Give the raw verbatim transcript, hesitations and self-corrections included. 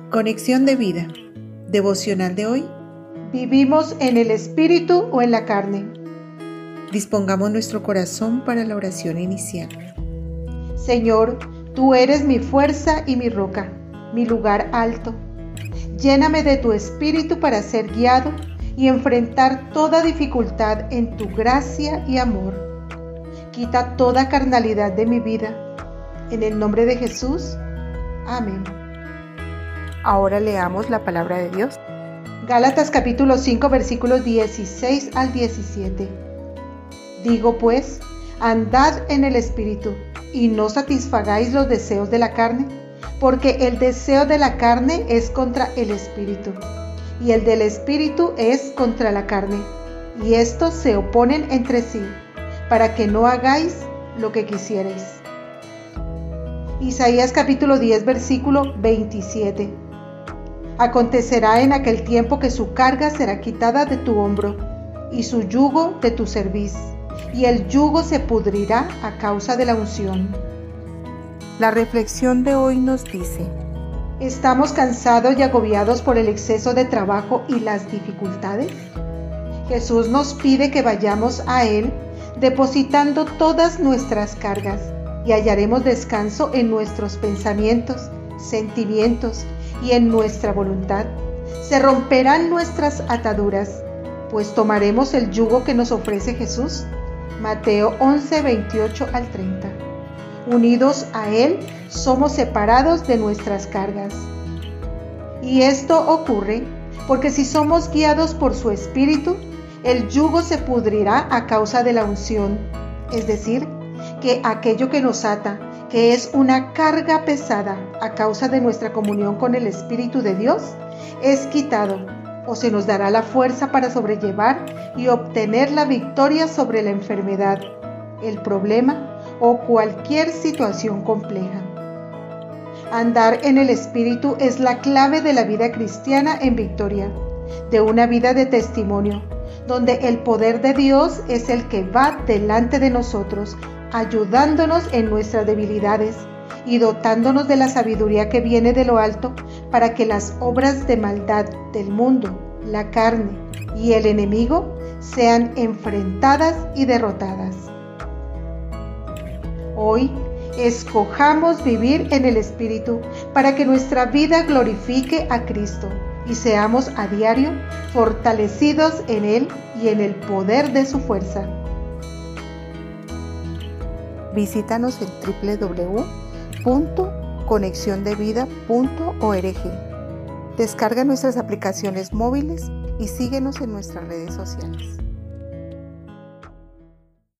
Conexión de vida. Devocional de hoy. ¿Vivimos en el espíritu o en la carne? Dispongamos nuestro corazón para la oración inicial. Señor, tú eres mi fuerza y mi roca, mi lugar alto. Lléname de tu espíritu para ser guiado y enfrentar toda dificultad en tu gracia y amor. Quita toda carnalidad de mi vida. En el nombre de Jesús. Amén. Ahora leamos la palabra de Dios. Gálatas capítulo cinco versículos dieciséis al diecisiete. Digo pues, andad en el espíritu y no satisfagáis los deseos de la carne, porque el deseo de la carne es contra el espíritu, y el del espíritu es contra la carne, y estos se oponen entre sí, para que no hagáis lo que quisierais. Isaías capítulo diez versículo veintisiete. Acontecerá en aquel tiempo que su carga será quitada de tu hombro, y su yugo de tu cerviz, y el yugo se pudrirá a causa de la unción. La reflexión de hoy nos dice: ¿estamos cansados y agobiados por el exceso de trabajo y las dificultades? Jesús nos pide que vayamos a Él depositando todas nuestras cargas y hallaremos descanso en nuestros pensamientos, sentimientos y en nuestra voluntad. Se romperán nuestras ataduras, pues tomaremos el yugo que nos ofrece Jesús. Mateo once, veintiocho al treinta. Unidos a Él, somos separados de nuestras cargas. Y esto ocurre porque si somos guiados por su Espíritu, el yugo se pudrirá a causa de la unción, es decir, que aquello que nos ata, que es una carga pesada a causa de nuestra comunión con el Espíritu de Dios, es quitado, o se nos dará la fuerza para sobrellevar y obtener la victoria sobre la enfermedad, el problema o cualquier situación compleja. Andar en el Espíritu es la clave de la vida cristiana en victoria, de una vida de testimonio, donde el poder de Dios es el que va delante de nosotros, ayudándonos en nuestras debilidades y dotándonos de la sabiduría que viene de lo alto para que las obras de maldad del mundo, la carne y el enemigo sean enfrentadas y derrotadas. Hoy, escojamos vivir en el Espíritu para que nuestra vida glorifique a Cristo y seamos a diario fortalecidos en Él y en el poder de su fuerza. Visítanos en doble u doble u doble u punto conexión de vida punto org. Descarga nuestras aplicaciones móviles y síguenos en nuestras redes sociales.